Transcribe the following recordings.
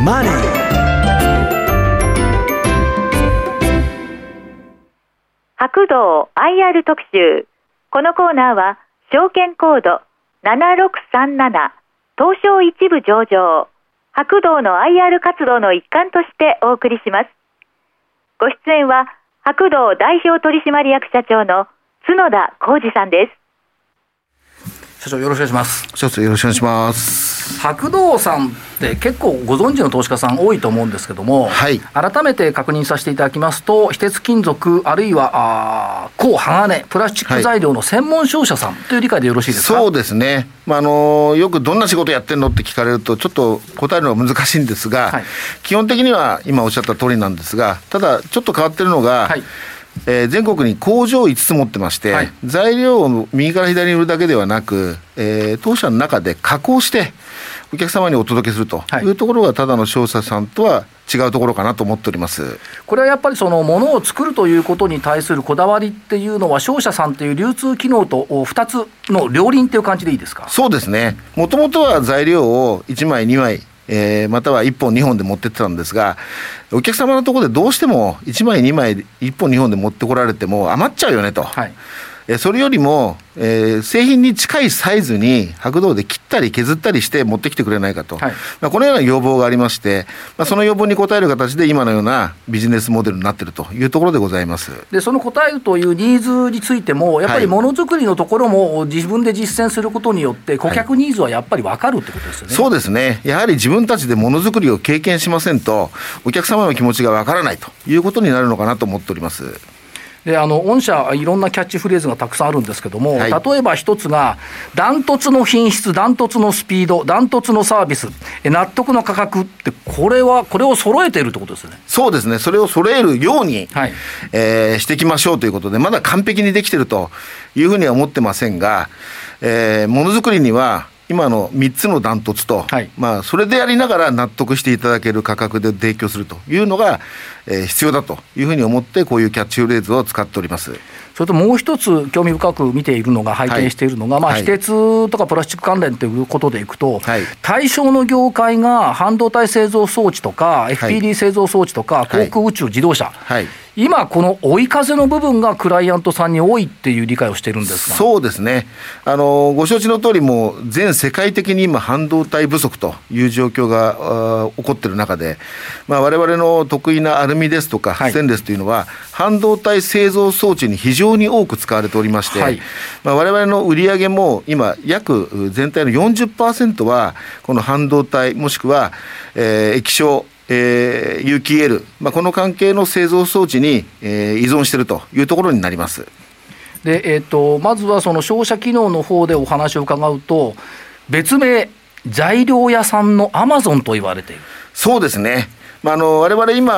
マネー。 白道 IR 特集。このコーナーは証券コード7637東証一部上場白道の IR 活動の一環としてお送りします。ご出演は白道代表取締役社長の角田浩二さんです。 社長よろしくお願いします。 社長よろしくお願いします。 白道さんって結構ご存知の投資家さん多いと思うんですけども、 はい、 改めて確認させていただきますと、非鉄金属あるいは鋼鋼プラスチック材料の専門商社さんという理解でよろしいですか？ そうですね、よくどんな仕事やってんのって聞かれるとちょっと答えるのが難しいんですが、基本的には今おっしゃった通りなんですが、ただちょっと変わってるのが、全国に工場を5つ持ってまして、材料を右から左に売るだけではなく、当社の中で加工してお客様にお届けするというところがただの商社さんとは違うところかなと思っております。 これはやっぱりその物を作るということに対するこだわりっていうのは、商社さんという流通機能と2つの両輪という感じでいいですか？そうですね。 もともとは材料を1枚2枚または1本2本で持ってってたんですが、お客様のところでどうしても1枚2枚1本2本で持ってこられても余っちゃうよねと、それよりも、製品に近いサイズに白道で切ったり削ったりして持ってきてくれないかと、このような要望がありまして、その要望に応える形で今のようなビジネスモデルになっているというところでございます。 でその応えるというニーズについてもやっぱりものづくりのところも自分で実践することによって顧客ニーズはやっぱり分かるってことですよね。 そうですね。やはり自分たちでものづくりを経験しませんとお客様の気持ちが分からないということになるのかなと思っております。 で御社いろんなキャッチフレーズがたくさんあるんですけども、例えば一つがダントツの品質、ダントツのスピード、ダントツのサービス、納得の価格って、これを揃えているってことですよね。 そうですね。それを揃えるように、していきましょうということで、まだ完璧にできているというふうには思ってませんが、ものづくりには今の3つのダントツと、それでやりながら納得していただける価格で提供するというのが、必要だというふうに思ってこういうキャッチフレーズを使っております。 それともう一つ興味深く見ているのが、拝見しているのが、非鉄とかプラスチック関連ということでいくと、対象の業界が半導体製造装置とか、FPD 製造装置とか、航空宇宙自動車、今この追い風の部分がクライアントさんに多いっていう理解をしてるんですが。 そうですね。ご承知の通り、もう全世界的に今半導体不足という状況が起こっている中で、我々の得意なアルミですとかステンレスというのは、半導体製造装置に非常に多く使われておりまして、我々の売り上げも今約全体の 40% はこの半導体もしくは、液晶有機 L、この関係の製造装置に、依存しているというところになります。 で、まずはその商社機能の方でお話を伺うと、別名材料屋さんのアマゾンと言われている。 そうですね。我々今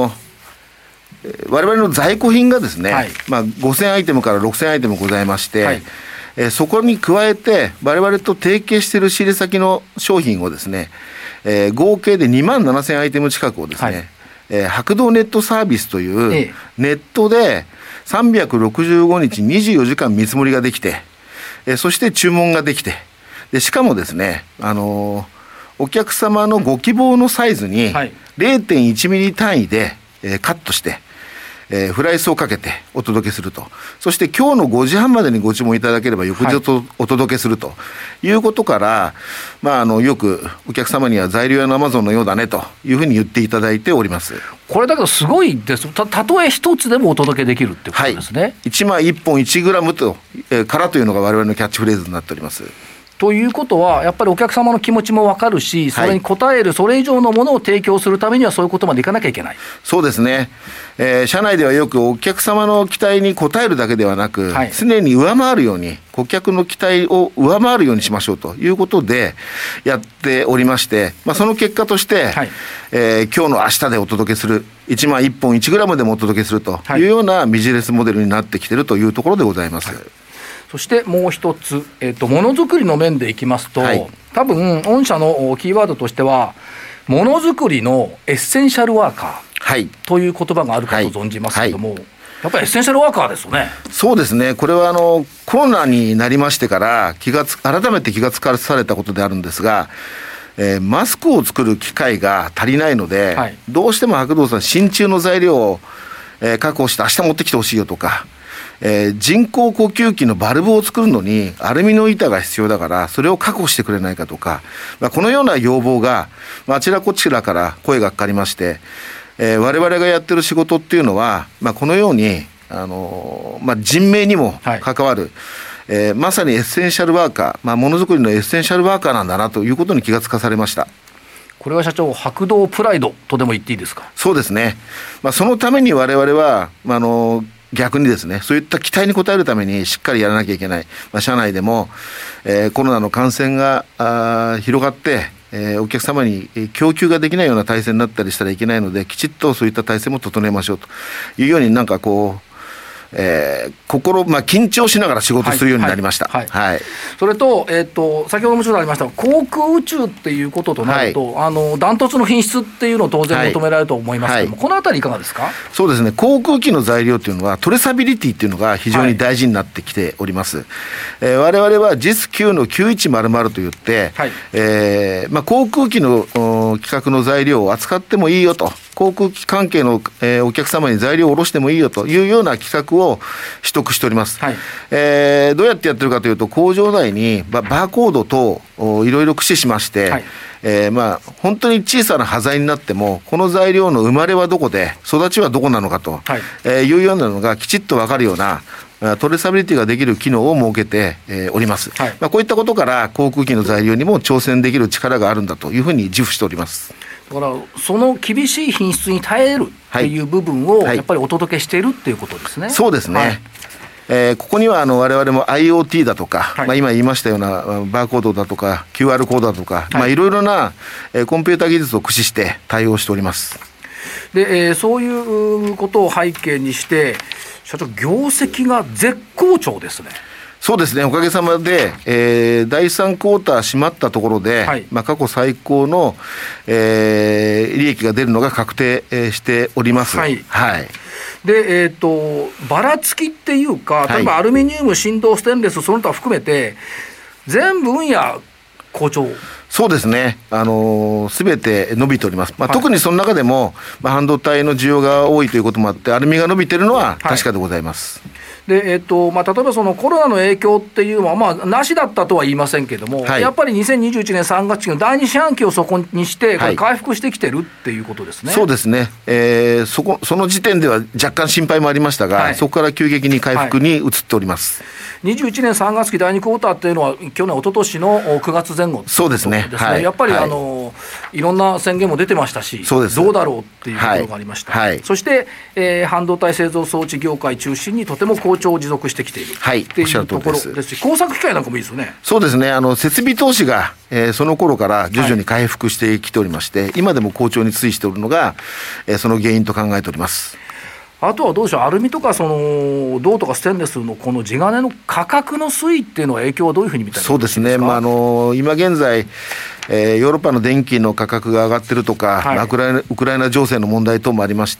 我々の在庫品がですね、5000アイテムから6000アイテムございまして、そこに加えて我々と提携している仕入れ先の商品をですね、合計で2万7000アイテム近くをですね、白道ネットサービスというネットで365日24時間見積もりができて、そして注文ができて、でしかもですね、お客様のご希望のサイズに 0.1 ミリ単位でカットしてフライスをかけてお届けすると。そして今日の5時半までにご注文いただければ翌日お届けするということから、よくお客様には材料屋のアマゾンのようだねというふうに言っていただいております。 これだけどすごいです。たとえ一つでもお届けできるってことですね。 1枚1本1グラムと、からというのが我々のキャッチフレーズになっております。 ということはやっぱりお客様の気持ちも分かるし、それに応える、それ以上のものを提供するためにはそういうことまでいかなきゃいけない。 そうですね。社内ではよくお客様の期待に応えるだけではなく、常に上回るように、顧客の期待を上回るようにしましょうということでやっておりまして、その結果として、今日の明日でお届けする、1枚1本1グラムでもお届けするというようなビジネスモデルになってきているというところでございます。 そしてもう一つ、ものづくりの面でいきますと、多分御社のキーワードとしてはものづくりのエッセンシャルワーカーという言葉があるかと存じますけども、やっぱりエッセンシャルワーカーですよね。 そうですね。これはコロナになりましてから改めて気がつかされたことであるんですが、 マスクを作る機械が足りないので、どうしても白銅さん真鍮の材料を、確保して明日持ってきてほしいよとか、人工呼吸器のバルブを作るのにアルミの板が必要だからそれを確保してくれないかとか、このような要望が、あちらこちらから声がかかりまして、我々がやってる仕事っていうのは、このように人命にも関わる、まさにエッセンシャルワーカー、ものづくりのエッセンシャルワーカーなんだなということに気がつかされました。 これは社長、白銅プライドとでも言っていいですか。 そうですね、そのために我々は逆にですね、そういった期待に応えるためにしっかりやらなきゃいけない、社内でも、コロナの感染が広がって、お客様に供給ができないような体制になったりしたらいけないので、きちっとそういった体制も整えましょうというように、緊張しながら仕事するようになりました。 それと、先ほどもちょっとありましたが、航空宇宙っていうこととなると、ダントツの品質っていうのを当然求められると思いますけども、このあたりいかがですか。 そうですね、航空機の材料というのはトレーサビリティというのが非常に大事になってきております。我々は JIS9 の9100といって、航空機の規格の材料を扱ってもいいよと、航空機関係の、お客様に材料を卸してもいいよというような規格を取得しております。どうやってやってるかというと、工場内にバーコード等いろいろ駆使しまして、本当に小さな端材になってもこの材料の生まれはどこで育ちはどこなのかと、いうようなのがきちっと分かるようなトレーサビリティができる機能を設けて、おります。こういったことから航空機の材料にも挑戦できる力があるんだというふうに自負しております。 だからその厳しい品質に耐えるっていう部分をやっぱりお届けしているっていうことですね。 そうですね、ここには我々も IoT だとか、今言いましたようなバーコードだとか QR コードだとか、いろいろなコンピュータ技術を駆使して対応しております。 で、そういうことを背景にして社長、業績が絶好調ですね。 そうですね、おかげさまで、第3クォーター閉まったところで、過去最高の、利益が出るのが確定、しております。 で、ばらつきっていうか、例えばアルミニウム、振動ステンレス、その他含めて全分野好調。 そうですね、すべて伸びております。特にその中でも、半導体の需要が多いということもあってアルミが伸びているのは確かでございます。 で例えばそのコロナの影響っていうのは、なしだったとは言いませんけれども、やっぱり2021年3月期の第2四半期をそこにして、これ回復してきてるっていうことですね。 そうですね、その時点では若干心配もありましたが、そこから急激に回復に移っております。 21年3月期第2クォーターっていうのは去年、一昨年の9月前後そうですね。 やっぱり、いろんな宣言も出てましたし、どうだろうっていうところがありました。そして、半導体製造装置業界中心にとても好調を持続してきているっていうところですし、工作機械なんかもいいですよね。 そうですね、設備投資が、その頃から徐々に回復してきておりまして、今でも好調に推移しておるのが、その原因と考えております。 あとはどうでしょう、アルミとか銅とかステンレスのこの地金の価格の推移っていうのは影響はどういうふうに見たらいいですか。 そうですね、今現在、ヨーロッパの電気の価格が上がってるとか、ウクライナ情勢の問題等もありまして、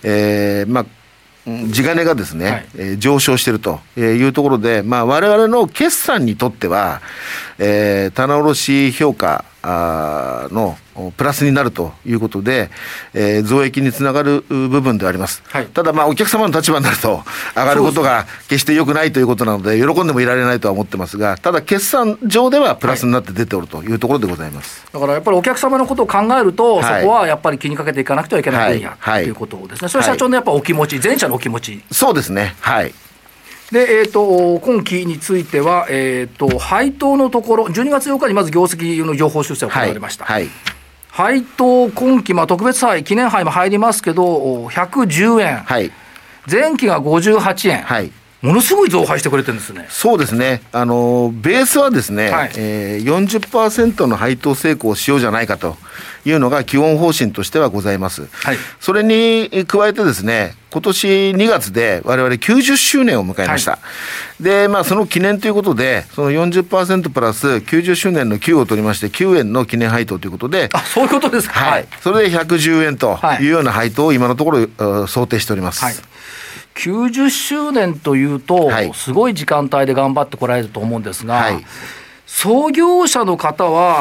地金がですね、上昇しているというところで、我々の決算にとっては、棚卸評価のプラスになるということで、増益につながる部分ではあります。ただお客様の立場になると上がることが決して良くないということなので、喜んでもいられないとは思ってますが、ただ決算上ではプラスになって出ておるというところでございます。 だからやっぱりお客様のことを考えると、そこはやっぱり気にかけていかなくてはいけない分野ということですね。それは社長のやっぱお気持ち、前者のお気持ち。 そうですね。 で、今期については、配当のところ、12月8日にまず業績の情報修正が行われました。配当、今期、特別杯、記念杯も入りますけど、110円、前期が58円、ものすごい増配してくれてるんですね。 そうですね、ベースはですね、40% の配当成功をしようじゃないかというのが基本方針としてはございます。それに加えてですね、今年2月で我々90周年を迎えました。で、その記念ということで、その 40% プラス90周年の9を取りまして、9円の記念配当ということで、 そういうことですか。 それで110円というような配当を今のところ想定しております。 90周年というと、すごい時間帯で頑張ってこられると思うんですが、創業者の方は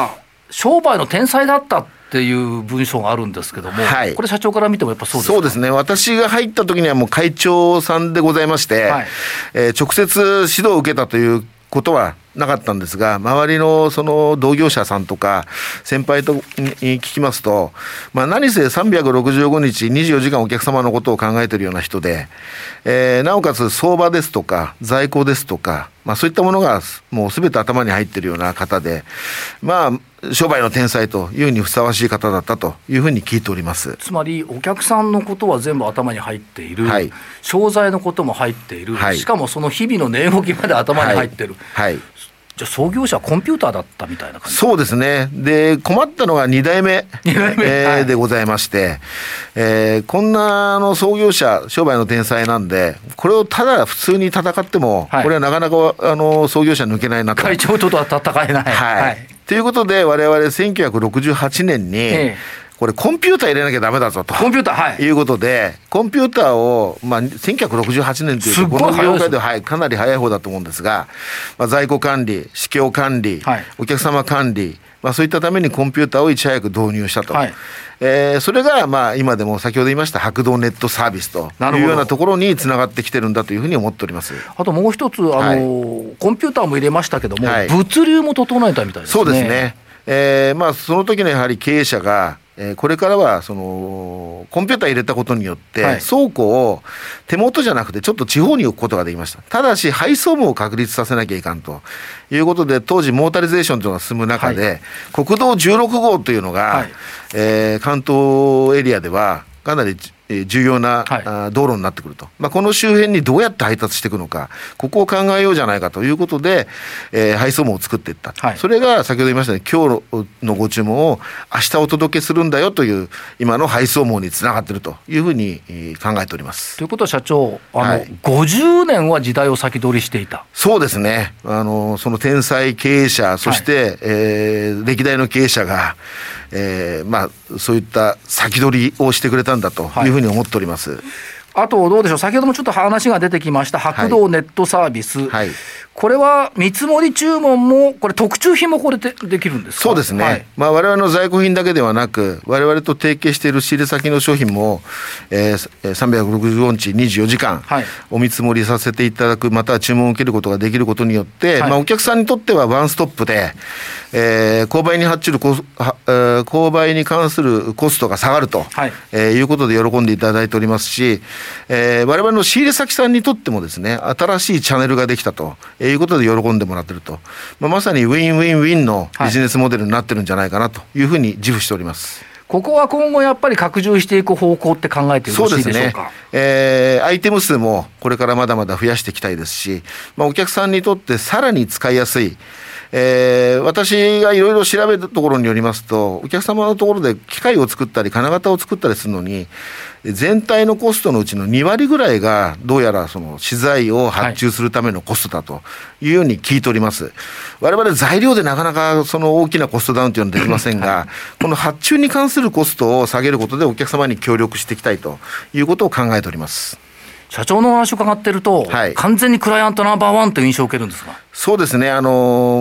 商売の天才だったっていう文章があるんですけども、はい、これ社長から見てもやっぱそうですか？ そうですね。私が入った時にはもう会長さんでございまして、はい、直接指導を受けたということはなかったんですが、周りのその同業者さんとか先輩とに聞きますと、何せ365日24時間お客様のことを考えているような人で、なおかつ相場ですとか在庫ですとか、そういったものがもうすべて頭に入っているような方で、商売の天才というにふさわしい方だったというふうに聞いております。 つまりお客さんのことは全部頭に入っている、はい、商材のことも入っている、はい、しかもその日々の値動きまで頭に入っている、はいはい、じゃあ創業者はコンピューターだったみたいな感じ？ そうですね。で、困ったのが2代目、でございまして、こんな創業者商売の天才なんで、これをただ普通に戦っても、はい、これはなかなか創業者抜けないなと。 会長とは戦えない、 はいはい、ということで我々1968年に、これコンピューター入れなきゃダメだぞとコンピューター、はい、 いうことで、コンピューターを、1968年というとこの業界では、はい、かなり早い方だと思うんですが、在庫管理、市況管理、はい、お客様管理、そういったためにコンピューターをいち早く導入したと、はい、それが今でも先ほど言いました白銅ネットサービスというようなところにつながってきてるんだというふうに思っております。 あともう一つコンピューターも入れましたけども、はい、物流も整えたみたいですね。 そうですね。その時のやはり経営者がこれからはそのコンピューター入れたことによって、はい、倉庫を手元じゃなくてちょっと地方に置くことができました。ただし配送網を確立させなきゃいかんということで、当時モータリゼーションというのが進む中で、はい、国道16号というのが、はい、関東エリアではかなり重要な、はい、道路になってくると、この周辺にどうやって配達していくのか、ここを考えようじゃないかということで、配送網を作っていった、はい、それが先ほど言いましたように今日のご注文を明日お届けするんだよという今の配送網につながっているというふうに考えております。 ということは社長、50年は時代を先取りしていた。 そうですね。その天才経営者、そして、歴代の経営者がそういった先取りをしてくれたんだというふうに思っております。 あとどうでしょう、先ほどもちょっと話が出てきました白銅ネットサービス、はいはい、これは見積もり注文もこれ特注品もこれできるんですか？ そうですね、はい、我々の在庫品だけではなく我々と提携している仕入れ先の商品も、365日24時間お見積もりさせていただく、または注文を受けることができることによって、お客さんにとってはワンストップで、購買に購買に関するコストが下がると、いうことで喜んでいただいておりますし、我々の仕入れ先さんにとってもですね、新しいチャンネルができたということで喜んでもらっていると、まさにウィンウィンウィンのビジネスモデルになってるんじゃないかなというふうに自負しております。 ここは今後やっぱり拡充していく方向って考えてよろしいでしょうか？ そうですね。アイテム数もこれからまだまだ増やしていきたいですし、お客さんにとってさらに使いやすい、私がいろいろ調べたところによりますと、お客様のところで機械を作ったり金型を作ったりするのに全体のコストのうちの2割ぐらいがどうやらその資材を発注するためのコストだというように聞いております。我々材料でなかなかその大きなコストダウンというのはできませんが、この発注に関するコストを下げることでお客様に協力していきたいということを考えております。 社長の話を伺ってると、完全にクライアントナンバーワンという印象を受けるんですが。 そうですね。我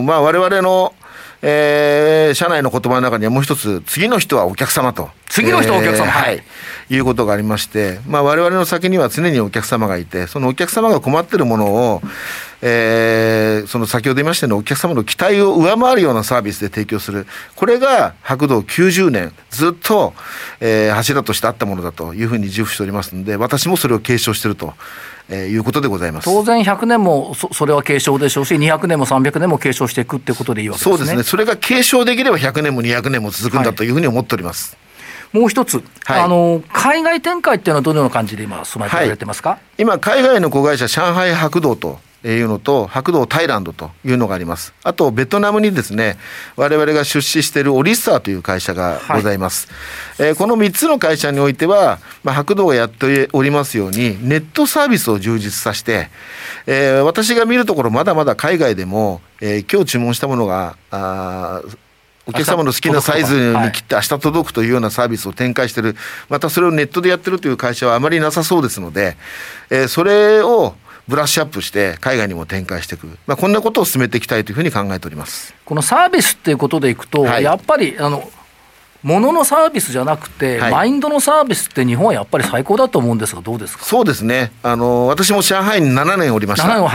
々の社内の言葉の中にはもう一つ、次の人はお客様と。 次の人はお客様、 いうことがありまして、我々の先には常にお客様がいて、そのお客様が困っているものを、その先ほど言いましたようにお客様の期待を上回るようなサービスで提供する、これが白銅90年ずっと、柱としてあったものだというふうに自負しておりますので、私もそれを継承しているということでございます。 当然100年も それは継承でしょうし、200年も300年も継承していくってことでいいわけですね。 そうですね。それが継承できれば100年も200年も続くんだというふうに思っております。 もう一つ、海外展開っていうのはどのような感じで今進められてますか？ 今海外の子会社上海白銅というのと白銅タイランドというのがあります。あとベトナムにですね、我々が出資しているオリッサーという会社がございます。この3つの会社においては、白銅がやっておりますようにネットサービスを充実させて、私が見るところまだまだ海外でも、今日注文したものがお客様の好きなサイズに切って明日届くというようなサービスを展開している、またそれをネットでやってるという会社はあまりなさそうですので、それをブラッシュアップして海外にも展開していく、こんなことを進めていきたいというふうに考えております。 このサービスっていうことでいくと、やっぱり物のサービスじゃなくて、マインドのサービスって日本はやっぱり最高だと思うんですが、どうですか？ そうですね、私も上海に7年おりました。 7年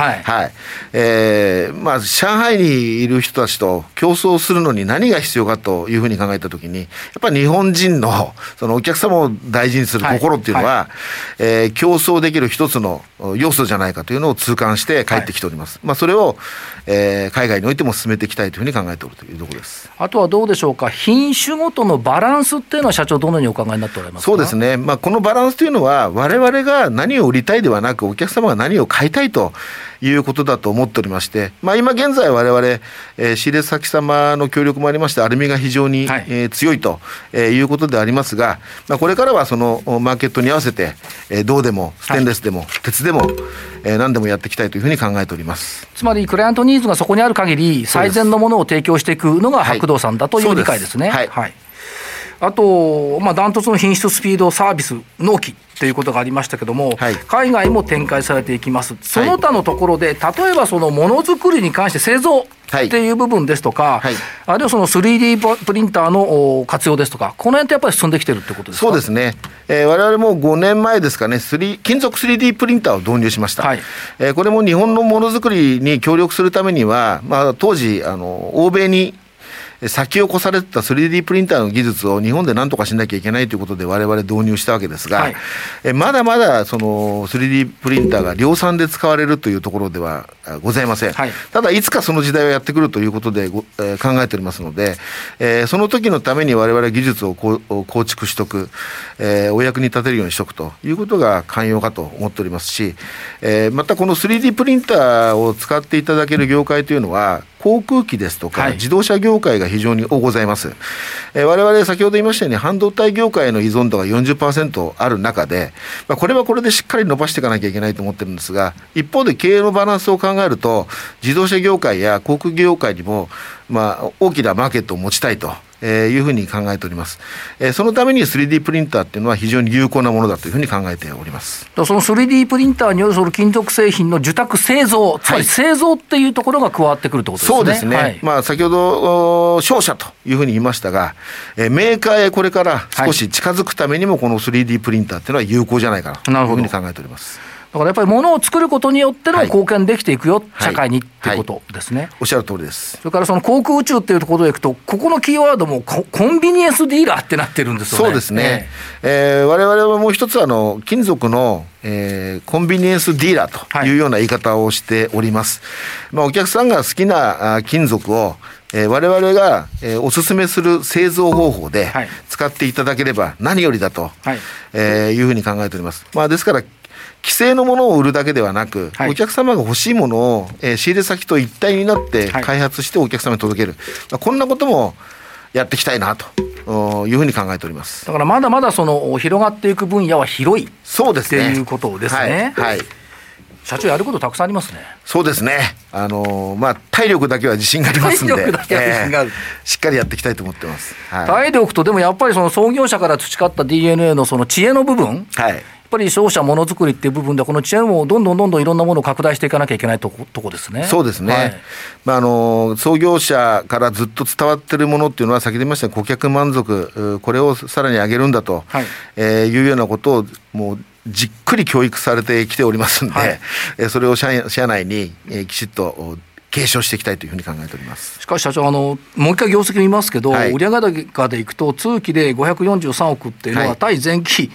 上海にいる人たちと競争するのに何が必要かというふうに考えたときに、やっぱり日本人のそのお客様を大事にする心っていうのは、競争できる一つの要素じゃないかというのを痛感して帰ってきております。それを、海外においても進めていきたいというふうに考えておるというところです。 あとはどうでしょうか、品種ごとのバランスっていうのは社長どのようにお考えになっておられますか？ そうですね、このバランスというのは我々が何を売りたいではなく、お客様が何を買いたいということだと思っておりまして、今現在我々、仕入れ先様の協力もありまして、アルミが非常に、強いということでありますが、これからはそのマーケットに合わせて、銅でもステンレスでも、鉄でも、何でもやっていきたいというふうに考えております。 つまりクライアントニーズがそこにある限り最善のものを提供していくのが白銅さんだという理解ですね。あと、ダントツの品質、スピード、サービス、納期ということがありましたけども、海外も展開されていきます。その他のところで、例えばそのものづくりに関して製造っていう部分ですとか、あるいはその 3D プリンターの活用ですとか、この辺ってやっぱり進んできてるってことですか？ そうですね、我々も5年前ですかね、金属 3D プリンターを導入しました。これも日本のものづくりに協力するためには、当時欧米に先を越されてた 3D プリンターの技術を日本で何とかしなきゃいけないということで我々導入したわけですが、まだまだその 3D プリンターが量産で使われるというところではございません。ただいつかその時代はやってくるということで考えておりますので、その時のために我々技術を構築しておく、お役に立てるようにしておくということが肝要かと思っておりますし、またこの 3D プリンターを使っていただける業界というのは航空機ですとか自動車業界が非常に多ございます。我々先ほど言いましたように半導体業界の依存度が 40% ある中で、これはこれでしっかり伸ばしていかなきゃいけないと思ってるんですが、一方で経営のバランスを考えると自動車業界や航空業界にも大きなマーケットを持ちたいというふうに考えております。そのために 3D プリンターっていうのは非常に有効なものだというふうに考えております。 その 3D プリンターによるその金属製品の受託製造、つまり製造っていうところが加わってくるってことですね。 そうですね、先ほど商社というふうに言いましたが、メーカーへこれから少し近づくためにもこの 3D プリンターっていうのは有効じゃないかなというふうに考えております。 だからやっぱり物を作ることによっての貢献できていくよ、社会にっていうことですね。 おっしゃる通りです。 それからその航空宇宙っていうところでいくと、ここのキーワードもコンビニエンスディーラーってなってるんですよね。 そうですね、我々はもう一つ金属のコンビニエンスディーラーというような言い方をしております。お客さんが好きな金属を我々がお勧めする製造方法で使っていただければ何よりだというふうに考えております。ですから既製のものを売るだけではなく、お客様が欲しいものを仕入れ先と一体になって開発してお客様に届ける、こんなこともやっていきたいなというふうに考えております。 だからまだまだその広がっていく分野は広いっていうことですね。社長やることたくさんありますね。 そうですね、体力だけは自信がありますので、しっかりやっていきたいと思ってます。 体力とでもやっぱりその創業者から培った DNA のその知恵の部分、やっぱり商社ものづくりっていう部分でこの知恵もどんどんいろんなものを拡大していかなきゃいけないとこですね。 そうですね、創業者からずっと伝わっているものっていうのは先ほど言いました顧客満足、これをさらに上げるんだというようなことをもうじっくり教育されてきておりますので、それを社内にきちっと継承していきたいというふうに考えております。 しかし社長もう一回業績見ますけど、売上高でいくと通期で543億っていうのは対前期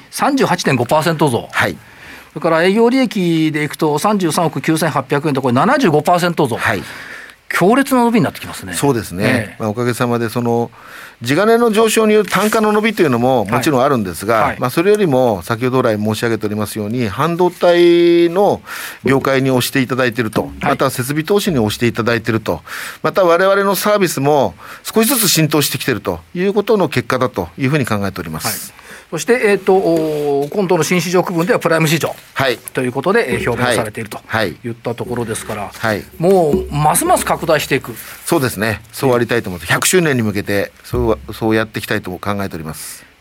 38.5% 増、それから営業利益でいくと33億9800円とこれ 75% 増、強烈な伸びになってきますね。 そうですね、おかげさまでその地金の上昇による単価の伸びというのももちろんあるんですが、それよりも先ほど来申し上げておりますように半導体の業界に押していただいていると、また設備投資に押していただいていると、また我々のサービスも少しずつ浸透してきているということの結果だというふうに考えております。 そして、今度の新市場区分ではプライム市場、ということで、表明されているといったところですから、もうますます拡大していく。 そうですね、そうありたいと思って100周年に向けてそうやっていきたいと考えております。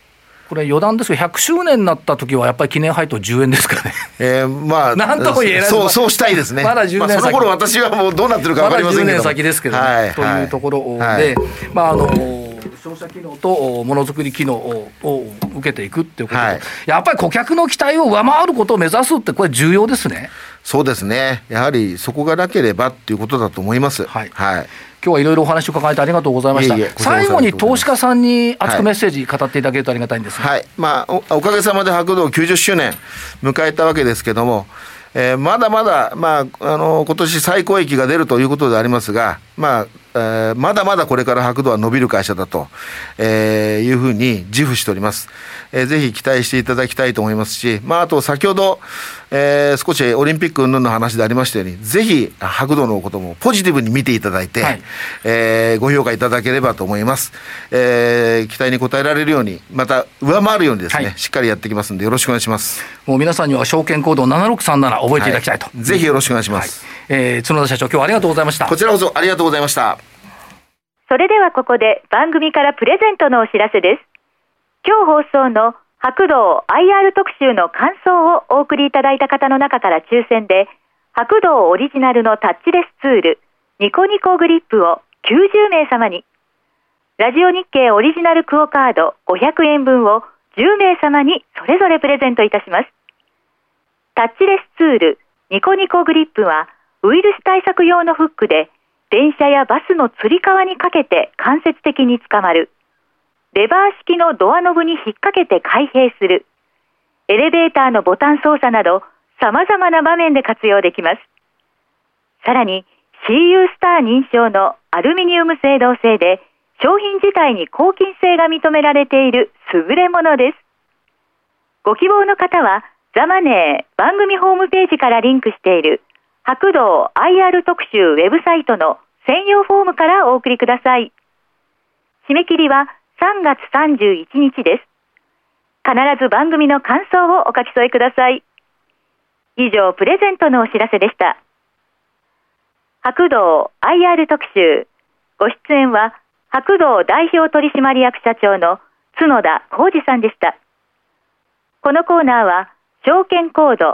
これ余談ですけど、100周年になった時はやっぱり記念配当10円ですかね。 まあ、 なんとも言えない。 そうしたいですね。 まだ10年先。 その頃私はもうどうなってるか分かりませんけど。 まだ10年先ですけどね、というところで、消費者機能とものづくり機能を受けていくっていうことで、やっぱり顧客の期待を上回ることを目指すって、これ重要ですね。 そうですね。やはりそこがなければっていうことだと思います。 今日はいろいろお話を伺えてありがとうございました。最後に投資家さんに熱くメッセージ語っていただけるとありがたいんですが、 おかげさまで白銅90周年迎えたわけですけども、まだまだ、今年最高益が出るということでありますが、まだまだこれから白銅は伸びる会社だと、いうふうに自負しております。ぜひ期待していただきたいと思いますし、あと先ほど、少しオリンピック云々の話でありましたように、ぜひ白銅のこともポジティブに見ていただいて、ご評価いただければと思います。期待に応えられるように、また上回るようにですね、しっかりやっていきますのでよろしくお願いします。 もう皆さんには証券コード7637覚えていただきたいと、 ぜひよろしくお願いします。 角田社長、今日はありがとうございました。 こちらこそありがとうございました。 それではここで番組からプレゼントのお知らせです。今日放送の白銅 IR 特集の感想をお送りいただいた方の中から抽選で、白銅オリジナルのタッチレスツールニコニコグリップを90名様に、ラジオ日経オリジナルクオカード500円分を10名様にそれぞれプレゼントいたします。タッチレスツールニコニコグリップはウイルス対策用のフックで、電車やバスのつり革にかけて間接的に捕まる、レバー式のドアノブに引っ掛けて開閉する、エレベーターのボタン操作など様々な場面で活用できます。さらに CU スター認証のアルミニウム製銅製で、商品自体に抗菌性が認められている優れものです。ご希望の方はザマネー番組ホームページからリンクしている白銅 IR 特集ウェブサイトの専用フォームからお送りください。締め切りは3月31日です。必ず番組の感想をお書き添えください。以上、プレゼントのお知らせでした。白銅 IR 特集、ご出演は白銅代表取締役社長の角田浩二さんでした。このコーナーは証券コード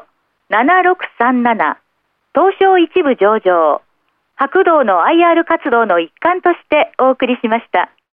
7637東証一部上場、白銅の IR 活動の一環としてお送りしました。